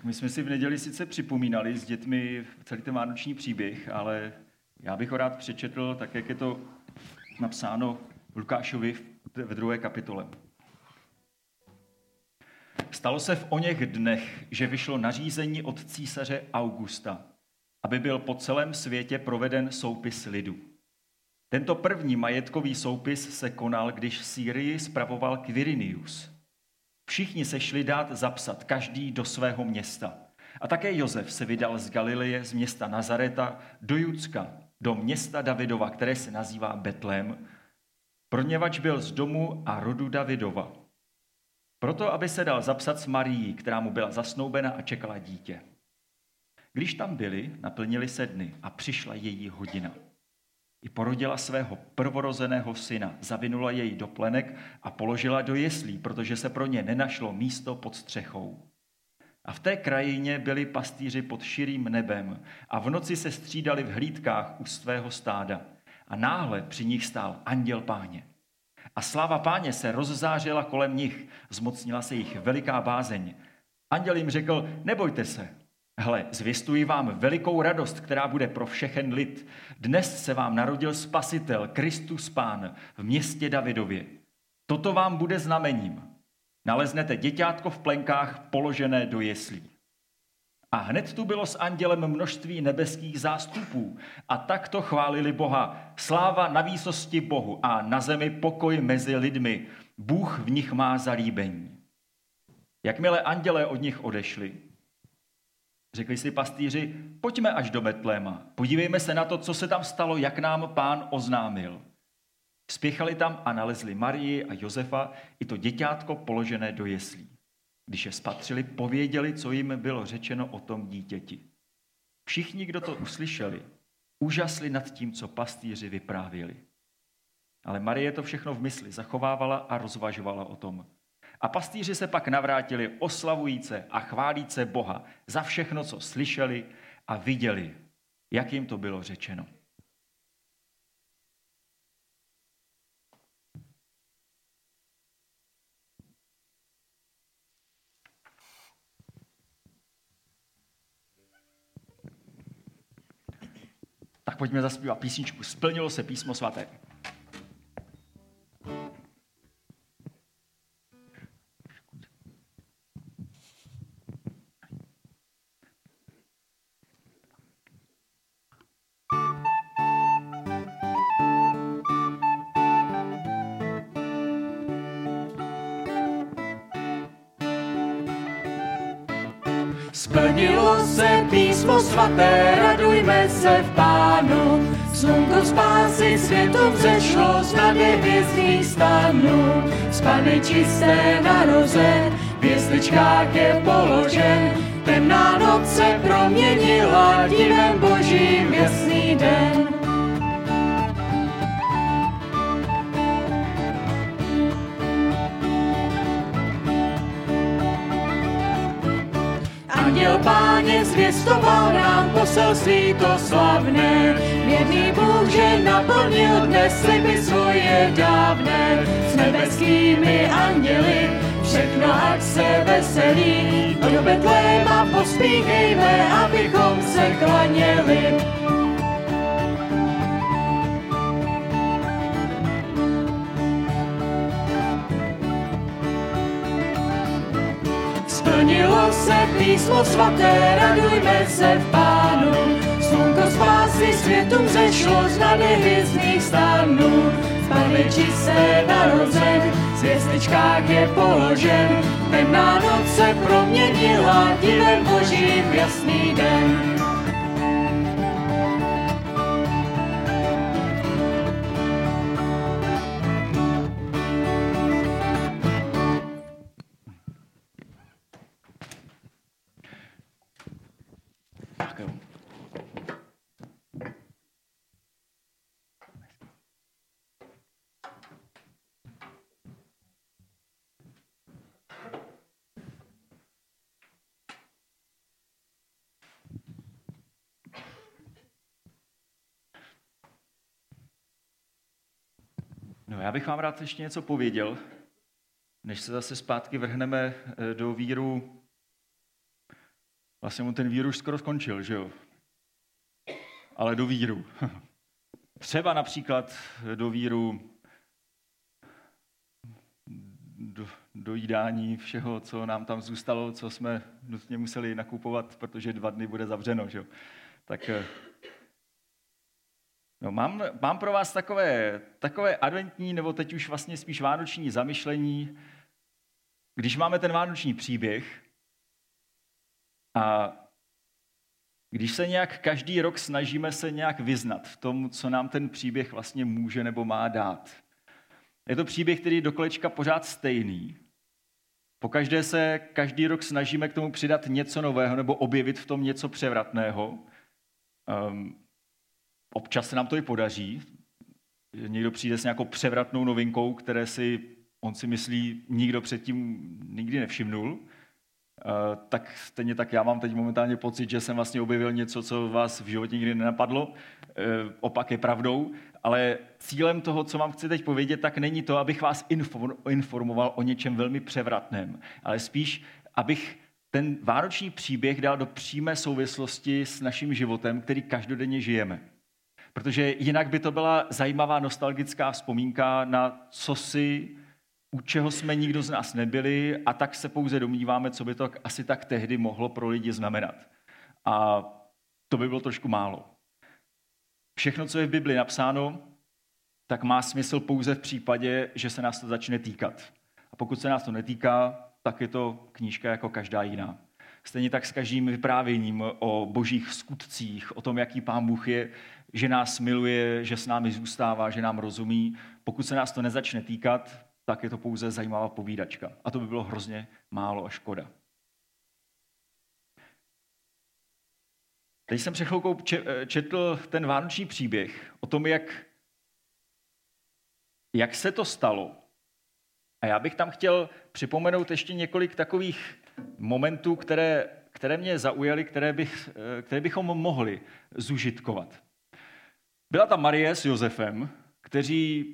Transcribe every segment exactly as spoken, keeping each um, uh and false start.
Tak my jsme si v neděli sice připomínali s dětmi celý ten vánoční příběh, ale já bych ho rád přečetl tak, jak je to napsáno v Lukášovi ve druhé kapitole. Stalo se v oněch dnech, že vyšlo nařízení od císaře Augusta, aby byl po celém světě proveden soupis lidu. Tento první majetkový soupis se konal, když Sýrii spravoval Quirinius. Všichni se šli dát zapsat, každý do svého města. A také Josef se vydal z Galileje, z města Nazareta, do Judska, do města Davidova, které se nazývá Betlém, poněvadž byl z domu a rodu Davidova. Proto, aby se dal zapsat s Marií, která mu byla zasnoubena a čekala dítě. Když tam byli, naplnili se dny a přišla její hodina. I porodila svého prvorozeného syna, zavinula jej do plenek a položila do jeslí, protože se pro ně nenašlo místo pod střechou. A v té krajině byli pastýři pod širým nebem a v noci se střídali v hlídkách u svého stáda. A náhle při nich stál anděl Páně. A sláva Páně se rozzářila kolem nich, zmocnila se jich veliká bázeň. Anděl jim řekl, nebojte se. Hle, zvěstuji vám velikou radost, která bude pro všechen lid. Dnes se vám narodil Spasitel, Kristus Pán, v městě Davidově. Toto vám bude znamením. Naleznete děťátko v plenkách položené do jeslí. A hned tu bylo s andělem množství nebeských zástupů a takto chválili Boha. Sláva na výsosti Bohu a na zemi pokoj mezi lidmi. Bůh v nich má zalíbení. Jakmile andělé od nich odešli, řekli si pastýři, pojďme až do Betléma, podívejme se na to, co se tam stalo, jak nám Pán oznámil. Spěchali tam a nalezli Marii a Josefa i to děťátko položené do jeslí. Když je spatřili, pověděli, co jim bylo řečeno o tom dítěti. Všichni, kdo to uslyšeli, úžasli nad tím, co pastýři vyprávěli. Ale Marie to všechno v mysli zachovávala a rozvažovala o tom. A pastýři se pak navrátili oslavujíce a chválíce Boha za všechno, co slyšeli a viděli, jak jim to bylo řečeno. Tak pojďme zaspívat písničku. Splnilo se písmo svaté. Splnilo se písmo svaté, radujme se v Pánu. Slunko spásy světu vzešlo z nade hvězdných stanů. Z Panny čisté narozen, v jesličkách je položen. Temná noc se proměnila divem božím jasný den. Anděl Páně zvěstoval nám poselství to slavné. Věrný Bůh, že naplnil dnes sliby svoje dávné. S nebeskými anděli všechno ať se veselí. Do Betléma pospíchejme, abychom se klaněli. Splnilo se písmo svaté, radujme se v Pánu. Slunko spásy světu vzešlo z nade hvězdných stanů. V Panny čisté narozen, v jesličkách je položen. Temná noc se proměnila divem božím jasný den. No, já bych vám rád ještě něco pověděl, než se zase zpátky vrhneme do víru Vlastně mu ten vír už skoro skončil, že jo? Ale do víru. Třeba například do víru do, do jídání všeho, co nám tam zůstalo, co jsme nutně museli nakupovat, protože dva dny bude zavřeno, že jo? Tak no, mám, mám pro vás takové, takové adventní, nebo teď už vlastně spíš vánoční zamyšlení, když máme ten vánoční příběh a když se nějak každý rok snažíme se nějak vyznat v tom, co nám ten příběh vlastně může nebo má dát. Je to příběh, který je do kolečka pořád stejný. Pokaždé se každý rok snažíme k tomu přidat něco nového nebo objevit v tom něco převratného. Um, občas se nám to i podaří. Někdo přijde s nějakou převratnou novinkou, které si on si myslí, nikdo předtím nikdy nevšimnul. Uh, tak stejně tak já mám teď momentálně pocit, že jsem vlastně objevil něco, co vás v životě nikdy nenapadlo. Uh, opak je pravdou, ale cílem toho, co vám chci teď povědět, tak není to, abych vás informoval o něčem velmi převratném, ale spíš, abych ten vánoční příběh dal do přímé souvislosti s naším životem, který každodenně žijeme. Protože jinak by to byla zajímavá nostalgická vzpomínka na cosi, u čeho jsme nikdo z nás nebyli a tak se pouze domníváme, co by to asi tak tehdy mohlo pro lidi znamenat. A to by bylo trošku málo. Všechno, co je v Bibli napsáno, tak má smysl pouze v případě, že se nás to začne týkat. A pokud se nás to netýká, tak je to knížka jako každá jiná. Stejně tak s každým vyprávěním o božích skutcích, o tom, jaký Pán Bůh je, že nás miluje, že s námi zůstává, že nám rozumí. Pokud se nás to nezačne týkat, tak je to pouze zajímavá povídačka. A to by bylo hrozně málo a škoda. Teď jsem před chvilkou četl ten vánoční příběh o tom, jak, jak se to stalo. A já bych tam chtěl připomenout ještě několik takových momentů, které, které mě zaujaly, které, bych, které bychom mohli zužitkovat. Byla tam Marie s Josefem, kteří,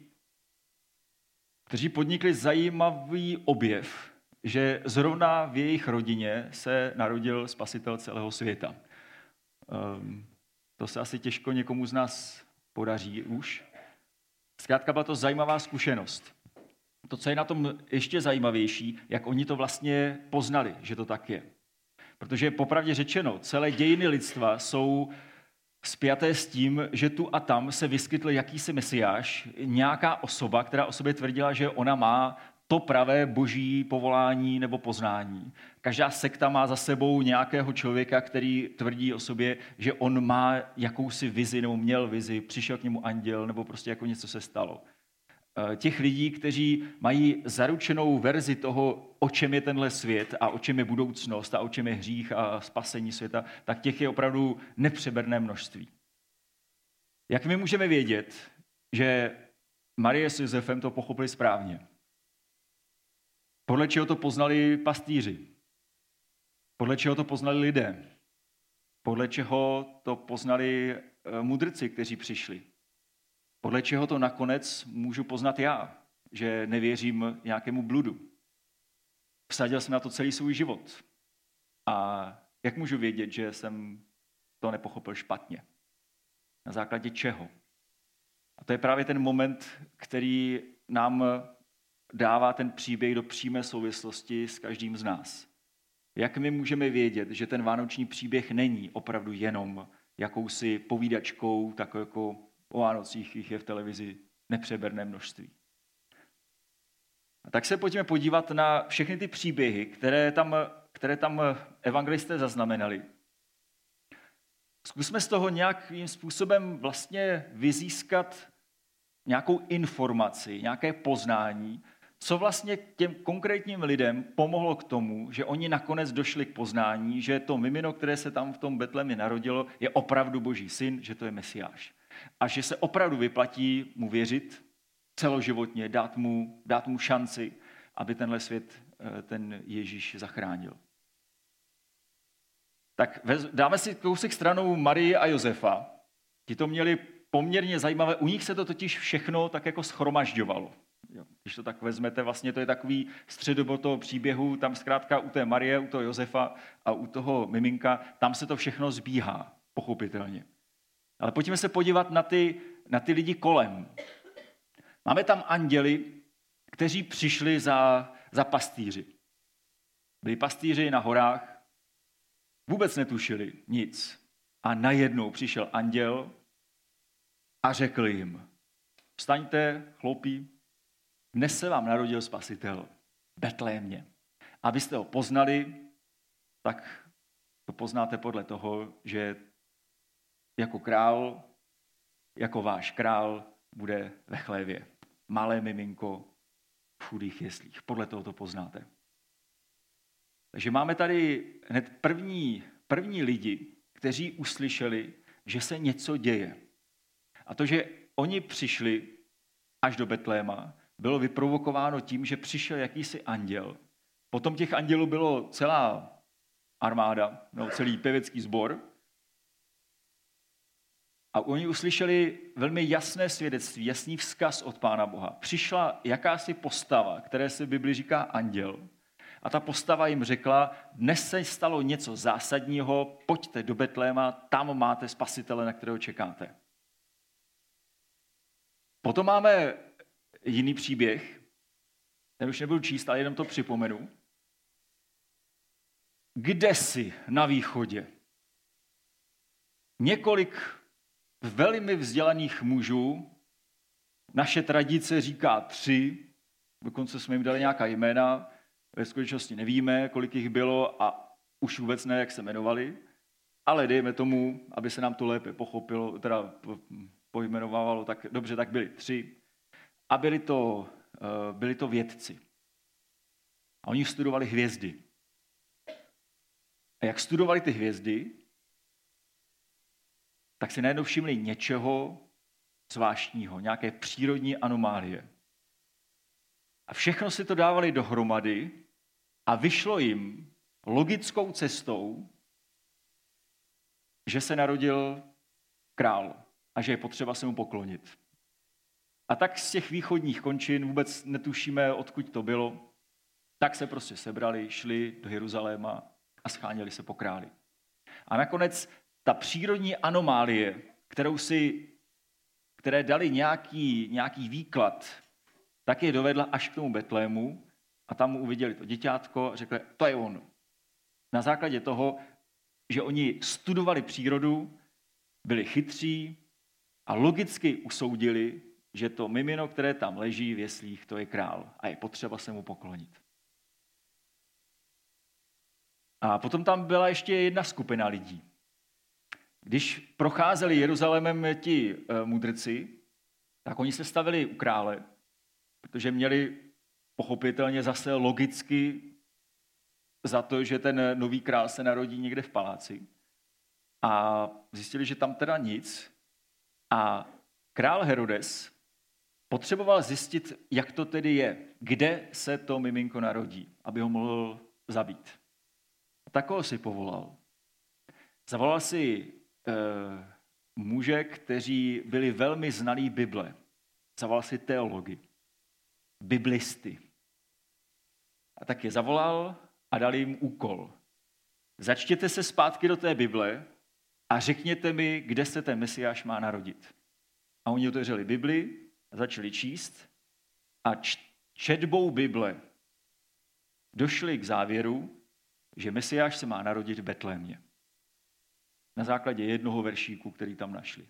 kteří podnikli zajímavý objev, že zrovna v jejich rodině se narodil spasitel celého světa. Um, to se asi těžko někomu z nás podaří už. Zkrátka byla to zajímavá zkušenost. To, co je na tom ještě zajímavější, jak oni to vlastně poznali, že to tak je. Protože popravdě řečeno, celé dějiny lidstva jsou spjaté s tím, že tu a tam se vyskytl jakýsi mesiáš, nějaká osoba, která o sobě tvrdila, že ona má to pravé boží povolání nebo poznání. Každá sekta má za sebou nějakého člověka, který tvrdí o sobě, že on má jakousi vizi nebo měl vizi, přišel k němu anděl nebo prostě jako něco se stalo. Těch lidí, kteří mají zaručenou verzi toho, o čem je tenhle svět a o čem je budoucnost a o čem je hřích a spasení světa, tak těch je opravdu nepřeberné množství. Jak my můžeme vědět, že Marie s Josefem to pochopili správně? Podle čeho to poznali pastýři? Podle čeho to poznali lidé? Podle čeho to poznali mudrci, kteří přišli? Podle čeho to nakonec můžu poznat já, že nevěřím nějakému bludu? Vsadil jsem na to celý svůj život. A jak můžu vědět, že jsem to nepochopil špatně? Na základě čeho? A to je právě ten moment, který nám dává ten příběh do přímé souvislosti s každým z nás. Jak my můžeme vědět, že ten vánoční příběh není opravdu jenom jakousi povídačkou, tak jako o Vánocích jich je v televizi nepřeberné množství. A tak se pojďme podívat na všechny ty příběhy, které tam, které tam evangelisté zaznamenali. Zkusme z toho nějakým způsobem vlastně vyzískat nějakou informaci, nějaké poznání, co vlastně těm konkrétním lidem pomohlo k tomu, že oni nakonec došli k poznání, že to mimino, které se tam v tom Betlémě narodilo, je opravdu Boží syn, že to je Mesiáš. A že se opravdu vyplatí mu věřit celoživotně, dát mu, dát mu šanci, aby tenhle svět, ten Ježíš zachránil. Tak dáme si kousek stranou Marii a Josefa. Ti to měli poměrně zajímavé, u nich se to totiž všechno tak jako shromažďovalo. Když to tak vezmete, vlastně to je takový středobod toho příběhu, tam zkrátka u té Marie, u toho Josefa a u toho miminka, tam se to všechno zbíhá, pochopitelně. Ale pojďme se podívat na ty, na ty lidi kolem. Máme tam anděli, kteří přišli za, za pastýři. Byli pastýři na horách, vůbec netušili nic. A najednou přišel anděl a řekl jim, vstaňte, chlopí, dnes se vám narodil Spasitel v Betlémě. Abyste ho poznali, tak to poznáte podle toho, že jako král, jako váš král, bude ve chlévě. Malé miminko v chudých jeslích. Podle toho to poznáte. Takže máme tady hned první, první lidi, kteří uslyšeli, že se něco děje. A to, že oni přišli až do Betléma, bylo vyprovokováno tím, že přišel jakýsi anděl. Potom těch andělů bylo celá armáda, no, celý pěvecký sbor. A oni uslyšeli velmi jasné svědectví, jasný vzkaz od Pána Boha. Přišla jakási postava, které se v Bibli říká anděl. A ta postava jim řekla, dnes se stalo něco zásadního, pojďte do Betléma, tam máte Spasitele, na kterého čekáte. Potom máme jiný příběh, ten už nebudu číst, ale jenom to připomenu. Kdesi na východě několik velmi vzdělaných mužů, naše tradice říká tři, dokonce jsme jim dali nějaká jména, ve skutečnosti nevíme, kolik jich bylo a už vůbec ne, jak se jmenovali, ale dejme tomu, aby se nám to lépe pochopilo, teda pojmenovávalo, tak dobře, tak byli tři. A byli to, byli to vědci. A oni studovali hvězdy. A jak studovali ty hvězdy, tak si najednou všimli něčeho zvláštního, nějaké přírodní anomálie. A všechno si to dávali dohromady a vyšlo jim logickou cestou, že se narodil král a že je potřeba se mu poklonit. A tak z těch východních končin vůbec netušíme, odkud to bylo, tak se prostě sebrali, šli do Jeruzaléma a scháněli se po králi. A nakonec ta přírodní anomálie, kterou si, které dali nějaký, nějaký výklad, tak je dovedla až k tomu Betlému a tam mu uviděli to děťátko a řekli, to je on. Na základě toho, že oni studovali přírodu, byli chytří a logicky usoudili, že to mimino, které tam leží v jeslích, to je král a je potřeba se mu poklonit. A potom tam byla ještě jedna skupina lidí. Když procházeli Jeruzalémem ti mudrci, tak oni se stavili u krále, protože měli pochopitelně zase logicky za to, že ten nový král se narodí někde v paláci. A zjistili, že tam teda nic. A král Herodes potřeboval zjistit, jak to tedy je, kde se to miminko narodí, aby ho mohl zabít. A takového si povolal. Zavolal si e, muže, kteří byli velmi znalí Bible. Zavolal si teology, biblisty. A tak je zavolal a dal jim úkol. Začtěte se zpátky do té Bible a řekněte mi, kde se ten Mesiáš má narodit. A oni otevřeli Bibli a začali číst a četbou Bible došli k závěru, že Mesiáš se má narodit v Betlémě. Na základě jednoho veršíku, který tam našli.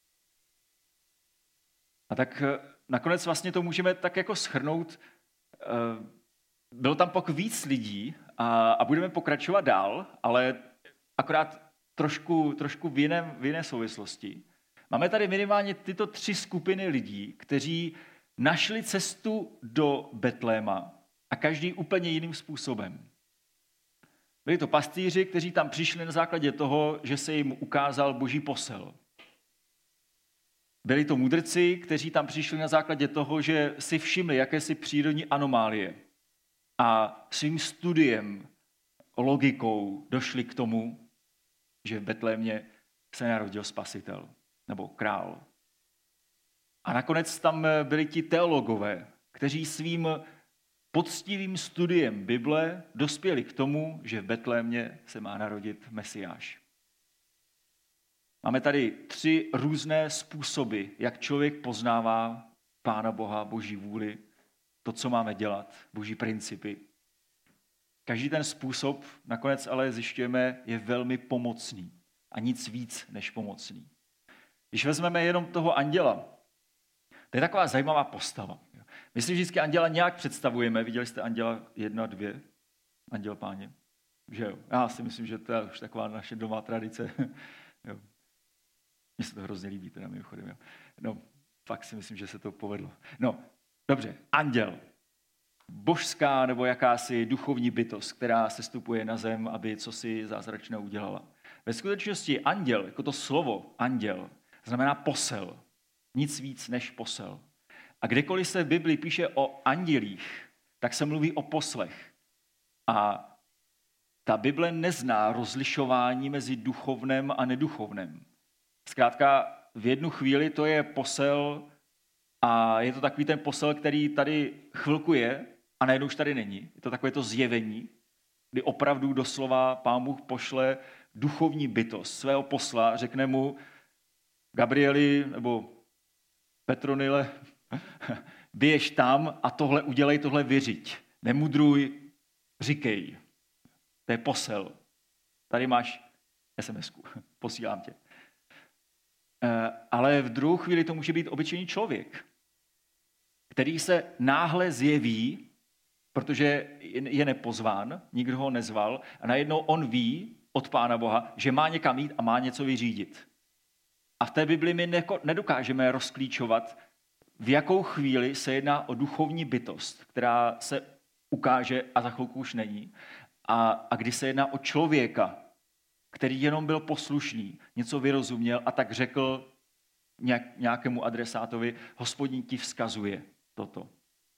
A tak nakonec vlastně to můžeme tak jako shrnout. Bylo tam pak víc lidí a, a budeme pokračovat dál, ale akorát trošku, trošku v, jiném, v jiné souvislosti. Máme tady minimálně tyto tři skupiny lidí, kteří našli cestu do Betléma a každý úplně jiným způsobem. Byli to pastýři, kteří tam přišli na základě toho, že se jim ukázal Boží posel. Byli to mudrci, kteří tam přišli na základě toho, že si všimli jakési přírodní anomálie a svým studiem, logikou došli k tomu, že v Betlémě se narodil Spasitel nebo král. A nakonec tam byli ti teologové, kteří svým poctivým studiem Bible dospěli k tomu, že v Betlémě se má narodit Mesiáš. Máme tady tři různé způsoby, jak člověk poznává Pána Boha, Boží vůli, to, co máme dělat, Boží principy. Každý ten způsob, nakonec ale zjišťujeme, je velmi pomocný a nic víc než pomocný. Když vezmeme jenom toho anděla, to je taková zajímavá postava. My si vždycky anděla nějak představujeme. Viděli jste anděla jedna, dvě? Anděl Páně. Že jo? Já si myslím, že to je už taková naše domová tradice. Jo. Mně se to hrozně líbí, teda mimochodem. Jo. No, fakt si myslím, že se to povedlo. No, dobře, anděl. Božská nebo jakási duchovní bytost, která sestupuje na zem, aby cosi zázračného udělala. Ve skutečnosti anděl, jako to slovo anděl, znamená posel. Nic víc než posel. A kdekoliv se v Biblii píše o andělích, tak se mluví o poslech. A ta Bible nezná rozlišování mezi duchovnem a neduchovnem. Zkrátka v jednu chvíli to je posel a je to takový ten posel, který tady chvilku je a najednou už tady není. Je to takové to zjevení, kdy opravdu doslova Pán Bůh pošle duchovní bytost svého posla, řekne mu Gabrieli nebo Petronile, běž tam a tohle udělej, tohle vyřiď. Nemudruj, říkej. To je posel. Tady máš es em esku, posílám tě. Ale v druhou chvíli to může být obyčejný člověk, který se náhle zjeví, protože je nepozván, nikdo ho nezval a najednou on ví od Pána Boha, že má někam jít a má něco vyřídit. A v té Bibli my nedokážeme rozklíčovat, v jakou chvíli se jedná o duchovní bytost, která se ukáže a za chvilku už není, a, a kdy se jedná o člověka, který jenom byl poslušný, něco vyrozuměl a tak řekl nějak, nějakému adresátovi, Hospodin ti vzkazuje toto.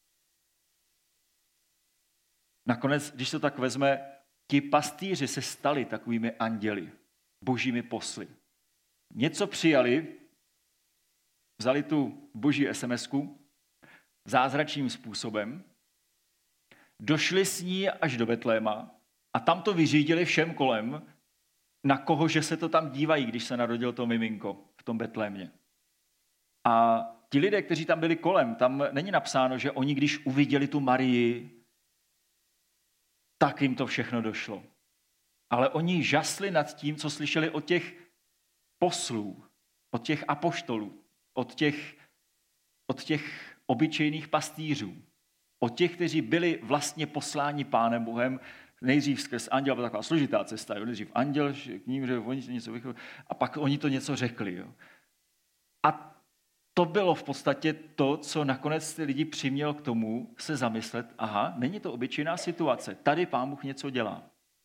Nakonec, když to tak vezme, ti pastýři se stali takovými anděli, božími posly. Něco přijali, vzali tu boží es em esku zázračným způsobem, došli s ní až do Betléma a tam to vyřídili všem kolem, na koho, že se to tam dívají, když se narodil to miminko v tom Betlémě. A ti lidé, kteří tam byli kolem, tam není napsáno, že oni, když uviděli tu Marii, tak jim to všechno došlo. Ale oni žasli nad tím, co slyšeli od těch poslů, od těch apoštolů, od těch, od těch obyčejných pastýřů, od těch, kteří byli vlastně posláni Pánem Bohem, nejdřív skrz anděl, byla taková složitá cesta, jo? Nejdřív anděl, k ním, že oni něco vychovali, a pak oni to něco řekli. Jo? A to bylo v podstatě to, co nakonec ty lidi přiměl k tomu se zamyslet, aha, není to obyčejná situace, tady Pán Bůh něco dělá.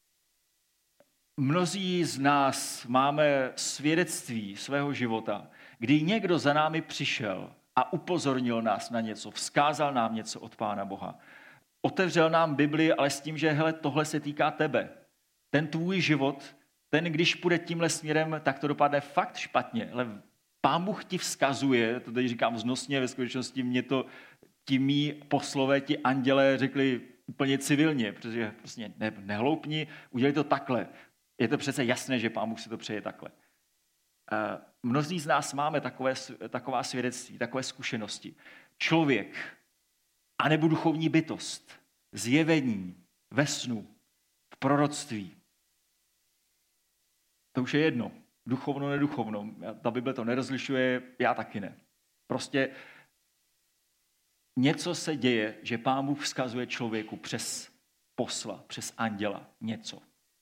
Mnozí z nás máme svědectví svého života, kdy někdo za námi přišel a upozornil nás na něco, vzkázal nám něco od Pána Boha. Otevřel nám Bibli, ale s tím, že hele, tohle se týká tebe. Ten tvůj život, ten, když půjde tímhle směrem, tak to dopadne fakt špatně. Ale Pán Bůh ti vzkazuje, to teď říkám vznosně, ve skutečnosti mě to ti mí poslové, ti andělé řekli úplně civilně, protože prostě ne, nehloupni, udělej to takhle. Je to přece jasné, že Pán Bůh si to přeje takhle. Mnozí z nás máme takové, taková svědectví, takové zkušenosti. Člověk, anebo duchovní bytost, zjevení, ve snu, v proroctví. To už je jedno. Duchovno, neduchovno. Ta Bible to nerozlišuje, já taky ne. Prostě něco se děje, že Pán Bůh vzkazuje člověku přes posla, přes anděla něco.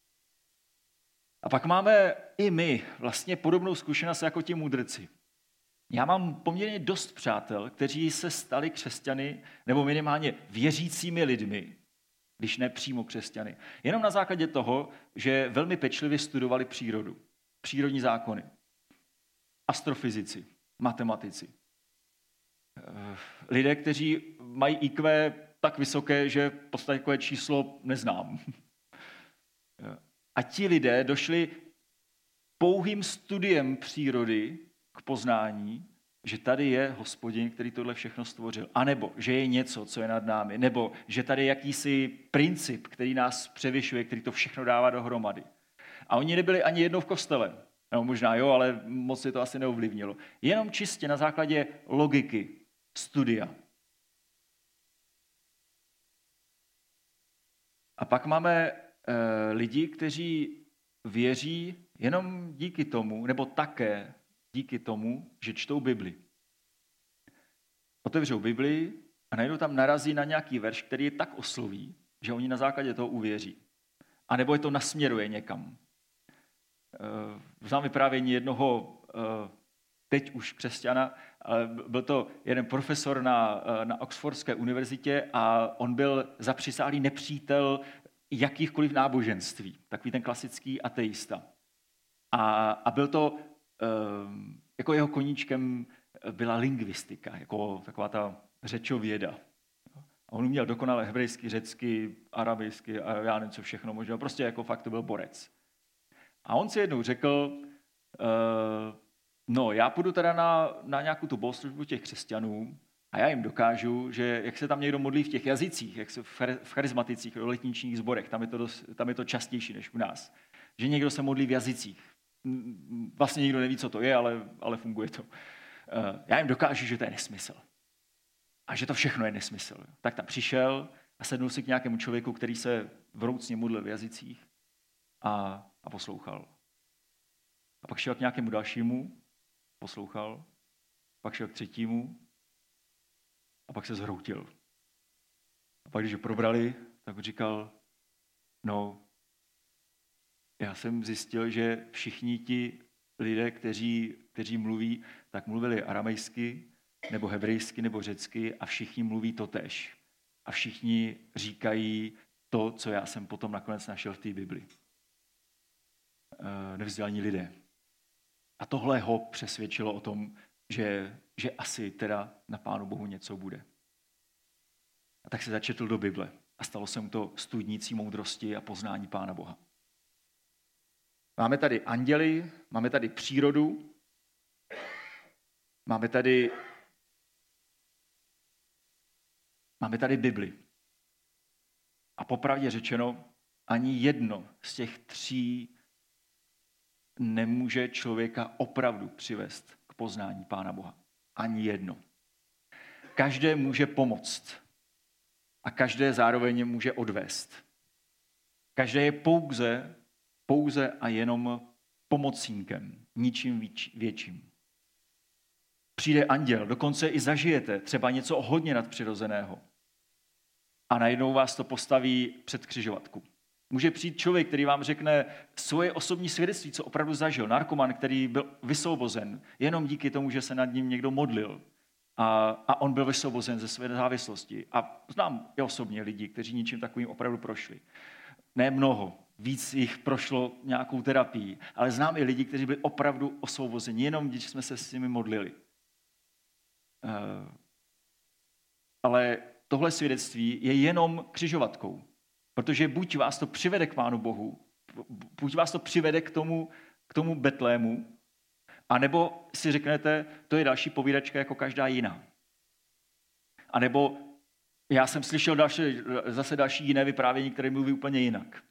A pak máme i my vlastně podobnou zkušenost jako ti mudrci. Já mám poměrně dost přátel, kteří se stali křesťany, nebo minimálně věřícími lidmi, když ne přímo křesťany. Jenom na základě toho, že velmi pečlivě studovali přírodu, přírodní zákony, astrofyzici, matematici. Lidé, kteří mají í kvé tak vysoké, že v podstatě takové číslo neznám. A ti lidé došli pouhým studiem přírody k poznání, že tady je Hospodin, který tohle všechno stvořil. A nebo, že je něco, co je nad námi. Nebo, že tady je jakýsi princip, který nás převyšuje, který to všechno dává dohromady. A oni nebyli ani jednou v kostele. No, možná jo, ale moc se to asi neovlivnilo. Jenom čistě na základě logiky, studia. A pak máme e, lidi, kteří věří jenom díky tomu, nebo také díky tomu, že čtou Bibli. Otevřou Bibli a najednou tam narazí na nějaký verš, který je tak osloví, že oni na základě toho uvěří. A nebo je to nasměruje někam. Znám vyprávění jednoho teď už křesťana, ale byl to jeden profesor na, na Oxfordské univerzitě a on byl zapřisálý nepřítel jakýchkoliv náboženství. Takový ten klasický ateista. A, a byl to, jako jeho koníčkem byla lingvistika, jako taková ta řečověda. A on uměl dokonale hebrejsky, řecky, arabsky a já nevím co všechno možná. Prostě jako fakt to byl borec. A on si jednou řekl, uh, no já půjdu teda na, na nějakou tu bohoslužbu těch křesťanů a já jim dokážu, že jak se tam někdo modlí v těch jazycích, jak se v charizmatických, v letničních sborech, tam je, to dost, tam je to častější než u nás, že někdo se modlí v jazycích. Vlastně nikdo neví, co to je, ale, ale funguje to. Uh, já jim dokážu, že to je nesmysl. A že to všechno je nesmysl. Tak tam přišel a sednul si k nějakému člověku, který se vroucně modlil v jazycích a, a poslouchal. A pak šel k nějakému dalšímu, poslouchal, pak šel k třetímu a pak se zhroutil. A pak, když ho probrali, tak říkal, no, já jsem zjistil, že všichni ti lidé, kteří, kteří mluví, tak mluvili aramejsky, nebo hebrejsky, nebo řecky a všichni mluví totéž. A všichni říkají to, co já jsem potom nakonec našel v té Bibli. E, nevzdělaní lidé. A tohle ho přesvědčilo o tom, že, že asi teda na Pánu Bohu něco bude. A tak se začetl do Bible a stalo se mu to studnicí moudrosti a poznání Pána Boha. Máme tady anděly, máme tady přírodu, máme tady Máme tady Bibli. A popravdě řečeno, ani jedno z těch tří nemůže člověka opravdu přivést k poznání Pána Boha. Ani jedno. Každé může pomoct. A každé zároveň může odvést. Každé je pouze, pouze a jenom pomocníkem, ničím větším. Přijde anděl, dokonce i zažijete třeba něco hodně nadpřirozeného. A najednou vás to postaví před křižovatku. Může přijít člověk, který vám řekne svoje osobní svědectví, co opravdu zažil. Narkoman, který byl vysvobozen jenom díky tomu, že se nad ním někdo modlil. A, a on byl vysvobozen ze své závislosti. A znám i osobně lidi, kteří ničím takovým opravdu prošli. Ne mnoho, víc jich prošlo nějakou terapii, ale znám i lidi, kteří byli opravdu osvobozeni, jenom když jsme se s nimi modlili. Uh, ale tohle svědectví je jenom křižovatkou, protože buď vás to přivede k Pánu Bohu, buď vás to přivede k tomu, k tomu Betlému, anebo si řeknete, to je další povídačka jako každá jiná. A nebo já jsem slyšel další, zase další jiné vyprávění, které mluví úplně jinak.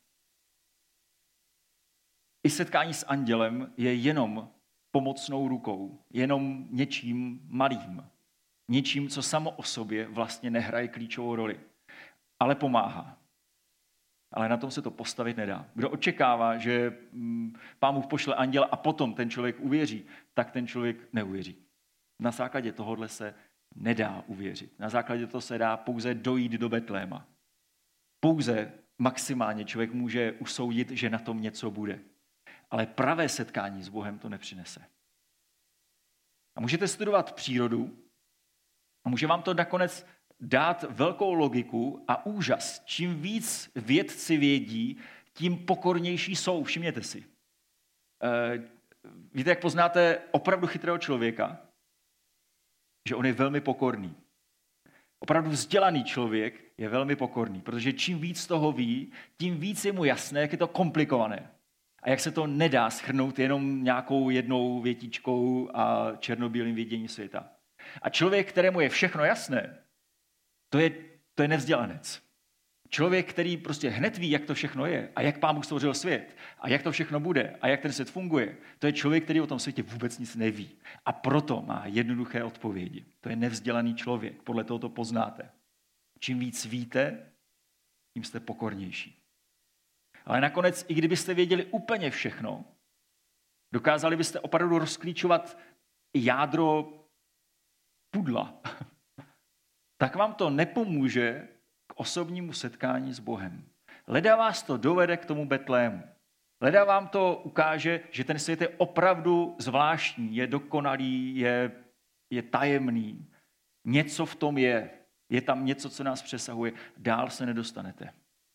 I setkání s andělem je jenom pomocnou rukou, jenom něčím malým. Něčím, co samo o sobě vlastně nehraje klíčovou roli, ale pomáhá. Ale na tom se to postavit nedá. Kdo očekává, že Pán Bůh pošle anděla a potom ten člověk uvěří, tak ten člověk neuvěří. Na základě tohohle se nedá uvěřit. Na základě toho se dá pouze dojít do Betléma. Pouze maximálně člověk může usoudit, že na tom něco bude. Ale pravé setkání s Bohem to nepřinese. A můžete studovat přírodu, a může vám to nakonec dát velkou logiku a úžas. Čím víc vědci vědí, tím pokornější jsou. Všimněte si. E, víte, jak poznáte opravdu chytrého člověka? Že on je velmi pokorný. Opravdu vzdělaný člověk je velmi pokorný, protože čím víc toho ví, tím víc je mu jasné, jak je to komplikované. A jak se to nedá shrnout jenom nějakou jednou větičkou a černobílým vidění světa. A člověk, kterému je všechno jasné, to je, to je nevzdělanec. Člověk, který prostě hned ví, jak to všechno je a jak Pán Bůh stvořil svět a jak to všechno bude a jak ten svět funguje, to je člověk, který o tom světě vůbec nic neví. A proto má jednoduché odpovědi. To je nevzdělaný člověk, podle toho to poznáte. Čím víc víte, tím jste pokornější. Ale nakonec, i kdybyste věděli úplně všechno, dokázali byste opravdu rozklíčovat jádro pudla, tak vám to nepomůže k osobnímu setkání s Bohem. Leda vás to dovede k tomu Betlému. Leda vám to ukáže, že ten svět je opravdu zvláštní, je dokonalý, je, je tajemný. Něco v tom je. Je tam něco, co nás přesahuje. Dál se nedostanete.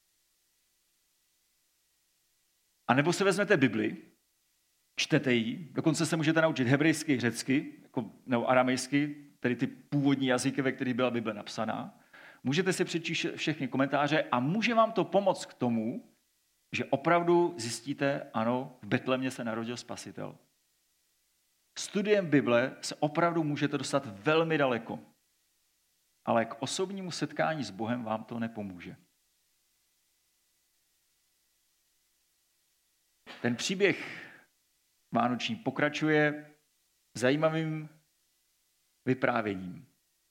A nebo se vezmete Bibli, čtete ji, dokonce se můžete naučit hebrejsky, řecky, jako, nebo aramejsky, tedy ty původní jazyky, ve kterých byla Bible napsaná. Můžete si přečíst všechny komentáře a může vám to pomoct k tomu, že opravdu zjistíte, ano, v Betlémě se narodil Spasitel. Studiem Bible se opravdu můžete dostat velmi daleko, ale k osobnímu setkání s Bohem vám to nepomůže. Ten příběh vánoční pokračuje zajímavým vyprávěním.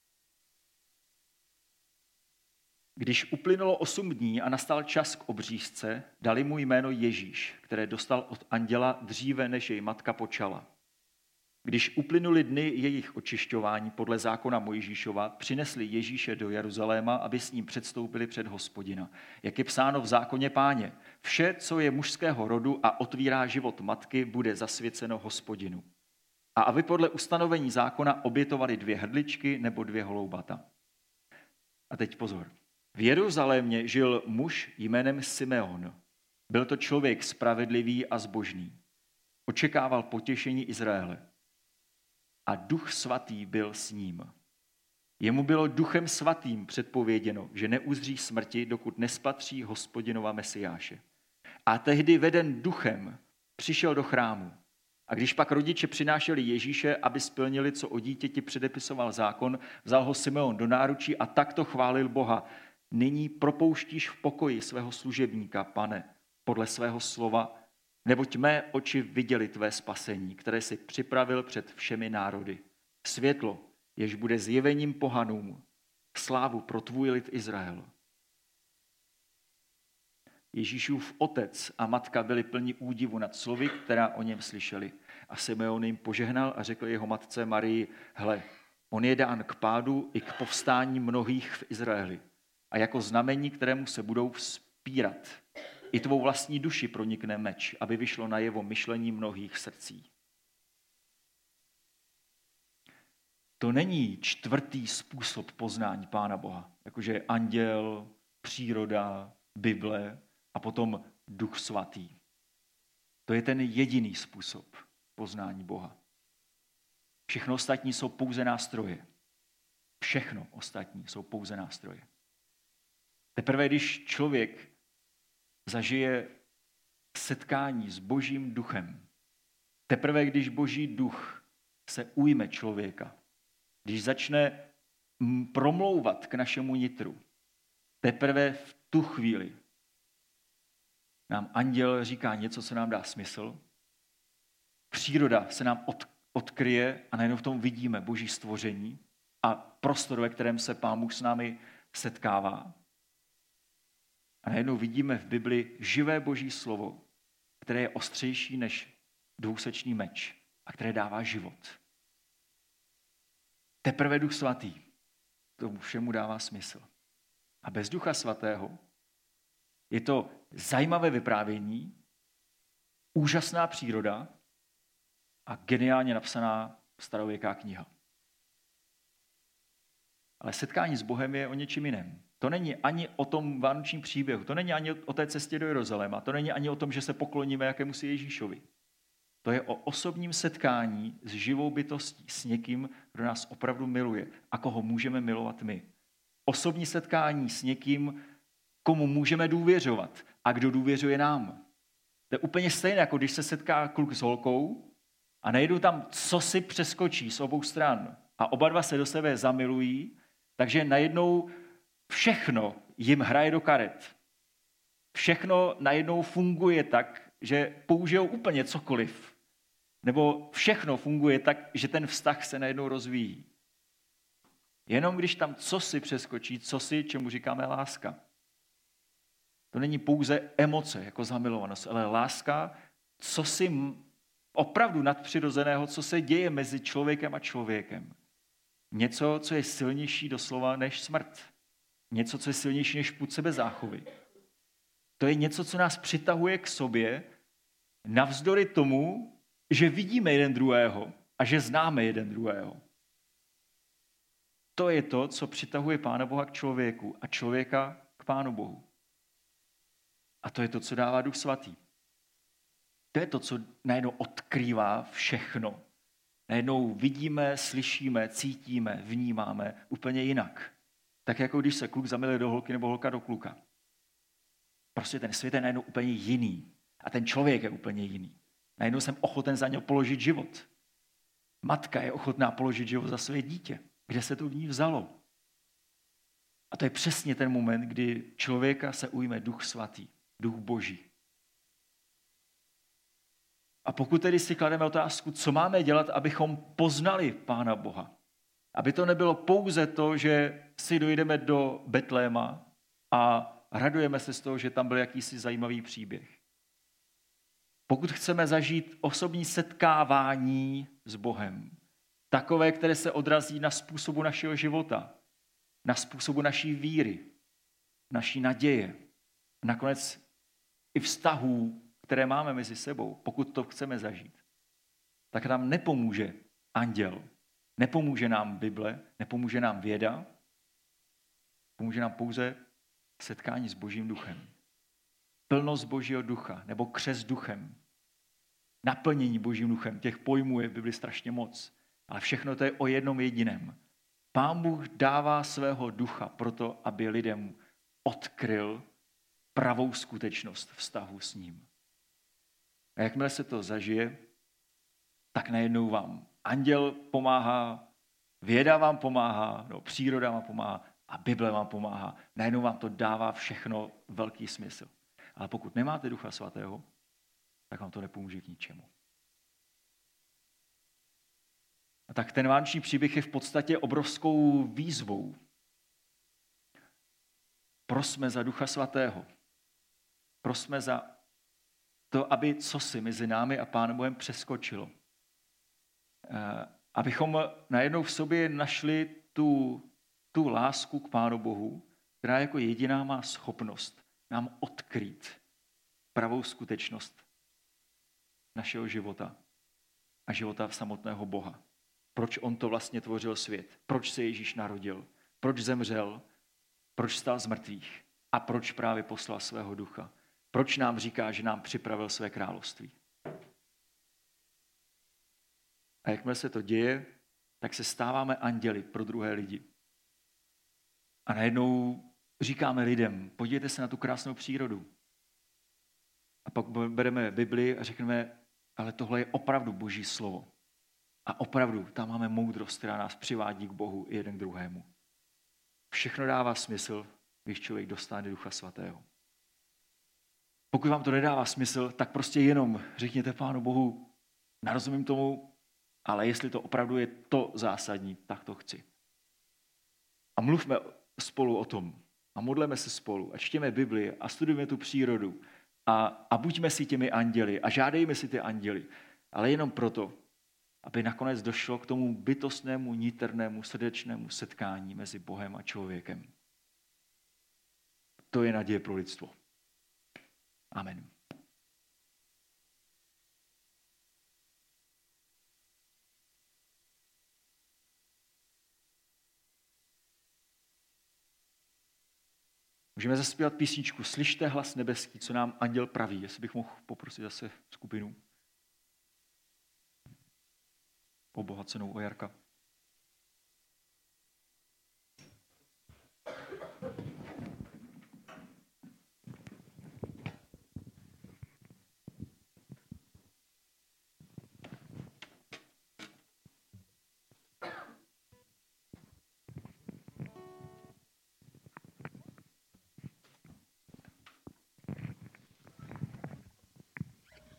Když uplynulo osm dní a nastal čas k obřízce, dali mu jméno Ježíš, které dostal od anděla dříve, než jej matka počala. Když uplynuly dny jejich očišťování podle zákona Mojžíšova, přinesli Ježíše do Jeruzaléma, aby s ním předstoupili před Hospodina. Jak je psáno v zákoně Páně, vše, co je mužského rodu a otvírá život matky, bude zasvěceno Hospodinu. A aby podle ustanovení zákona obětovali dvě hrdličky nebo dvě holoubata. A teď pozor. V Jeruzalémě žil muž jménem Simeon. Byl to člověk spravedlivý a zbožný. Očekával potěšení Izraele. A Duch Svatý byl s ním. Jemu bylo Duchem Svatým předpověděno, že neuzří smrti, dokud nespatří Hospodinova Mesiáše. A tehdy veden Duchem přišel do chrámu. A když pak rodiče přinášeli Ježíše, aby splnili, co o dítěti předepisoval zákon, vzal ho Simeon do náručí a takto chválil Boha. Nyní propouštíš v pokoji svého služebníka, Pane, podle svého slova, neboť mé oči viděly tvé spasení, které jsi připravil před všemi národy. Světlo, jež bude zjevením pohanům, slávu pro tvůj lid Izrael. Ježíšův otec a matka byli plní údivu nad slovy, která o něm slyšeli. A Simeon jim požehnal a řekl jeho matce Marii, hle, on je dán k pádu i k povstání mnohých v Izraeli. A jako znamení, kterému se budou vzpírat, i tvou vlastní duši pronikne meč, aby vyšlo najevo myšlení mnohých srdcí. To není čtvrtý způsob poznání Pána Boha, jakože anděl, příroda, Bible a potom Duch Svatý. To je ten jediný způsob poznání Boha. Všechno ostatní jsou pouze nástroje. Všechno ostatní jsou pouze nástroje. Teprve když člověk zažije setkání s Božím duchem, teprve když Boží duch se ujme člověka, když začne promlouvat k našemu nitru, teprve v tu chvíli nám anděl říká něco, co nám dá smysl, příroda se nám od, odkryje a najednou v tom vidíme Boží stvoření a prostor, ve kterém se Pán Bůh s námi setkává. A najednou vidíme v Bibli živé Boží slovo, které je ostřejší než dvousečný meč a které dává život. Teprve Duch Svatý tomu všemu dává smysl. A bez Ducha Svatého je to zajímavé vyprávění, úžasná příroda a geniálně napsaná starověká kniha. Ale setkání s Bohem je o něčím jiném. To není ani o tom vánočním příběhu, to není ani o té cestě do Jeruzaléma, to není ani o tom, že se pokloníme jakémusi Ježíšovi. To je o osobním setkání s živou bytostí, s někým, kdo nás opravdu miluje a koho můžeme milovat my. Osobní setkání s někým, komu můžeme důvěřovat a kdo důvěřuje nám. To je úplně stejné, jako když se setká kluk s holkou a najednou tam cosi přeskočí z obou stran a oba dva se do sebe zamilují, takže najednou všechno jim hraje do karet. Všechno najednou funguje tak, že použijou úplně cokoliv. Nebo všechno funguje tak, že ten vztah se najednou rozvíjí. Jenom když tam cosi přeskočí, cosi, čemu říkáme láska. To není pouze emoce, jako zamilovanost, ale láska, cosi opravdu nadpřirozeného, co se děje mezi člověkem a člověkem. Něco, co je silnější doslova než smrt. Něco, co je silnější než pud sebezáchovy. To je něco, co nás přitahuje k sobě navzdory tomu, že vidíme jeden druhého a že známe jeden druhého. To je to, co přitahuje Pána Boha k člověku a člověka k Pánu Bohu. A to je to, co dává Duch Svatý. To je to, co najednou odkrývá všechno. Najednou vidíme, slyšíme, cítíme, vnímáme úplně jinak. Tak jako když se kluk zamiluje do holky nebo holka do kluka. Prostě ten svět je najednou úplně jiný. A ten člověk je úplně jiný. Najednou jsem ochoten za něj položit život. Matka je ochotná položit život za své dítě. Kde se to v ní vzalo? A to je přesně ten moment, kdy člověka se ujme Duch Svatý, Duch Boží. A pokud tedy si klademe otázku, co máme dělat, abychom poznali Pána Boha, aby to nebylo pouze to, že si dojdeme do Betléma a radujeme se z toho, že tam byl jakýsi zajímavý příběh. Pokud chceme zažít osobní setkávání s Bohem, takové, které se odrazí na způsobu našeho života, na způsobu naší víry, naší naděje, nakonec i vztahů, které máme mezi sebou, pokud to chceme zažít, tak nám nepomůže anděl, nepomůže nám Bible, nepomůže nám věda, pomůže nám pouze setkání s Božím duchem. Plnost Božího ducha, nebo křest duchem, naplnění Božím duchem, těch pojmů je v Bibli strašně moc, ale všechno to je o jednom jediném. Pán Bůh dává svého ducha proto, aby lidem odkryl pravou skutečnost vztahu s ním. A jakmile se to zažije, tak najednou vám anděl pomáhá, věda vám pomáhá, no, příroda vám pomáhá a Bible vám pomáhá. Najednou vám to dává všechno velký smysl. Ale pokud nemáte Ducha Svatého, tak vám to nepomůže k ničemu. A tak ten vánoční příběh je v podstatě obrovskou výzvou. Prosme za Ducha Svatého. Prosme za to, aby cosi mezi námi a Pánem Bohem přeskočilo. Abychom najednou v sobě našli tu, tu lásku k Pánu Bohu, která jako jediná má schopnost nám odkrýt pravou skutečnost našeho života a života samotného Boha. Proč on to vlastně tvořil svět? Proč se Ježíš narodil? Proč zemřel? Proč stál z mrtvých? A proč právě poslal svého ducha? Proč nám říká, že nám připravil své království? A jakmile se to děje, tak se stáváme anděli pro druhé lidi. A najednou říkáme lidem, podívejte se na tu krásnou přírodu. A pak bereme Bibli a řekneme, ale tohle je opravdu Boží slovo. A opravdu tam máme moudrost, která nás přivádí k Bohu i jeden k druhému. Všechno dává smysl, když člověk dostane Ducha Svatého. Pokud vám to nedává smysl, tak prostě jenom řekněte Pánu Bohu, nerozumím tomu, ale jestli to opravdu je to zásadní, tak to chci. A mluvme spolu o tom. A modleme se spolu. A čtěme Bibli a studujeme tu přírodu. A, a buďme si těmi anděli. A žádejme si ty anděli. Ale jenom proto, aby nakonec došlo k tomu bytostnému, niternému, srdečnému setkání mezi Bohem a člověkem. To je naděje pro lidstvo. Amen. Můžeme zaspívat písničku Slyšte hlas nebeský, co nám anděl praví. Jestli bych mohl poprosit zase skupinu obohacenou o Jarka.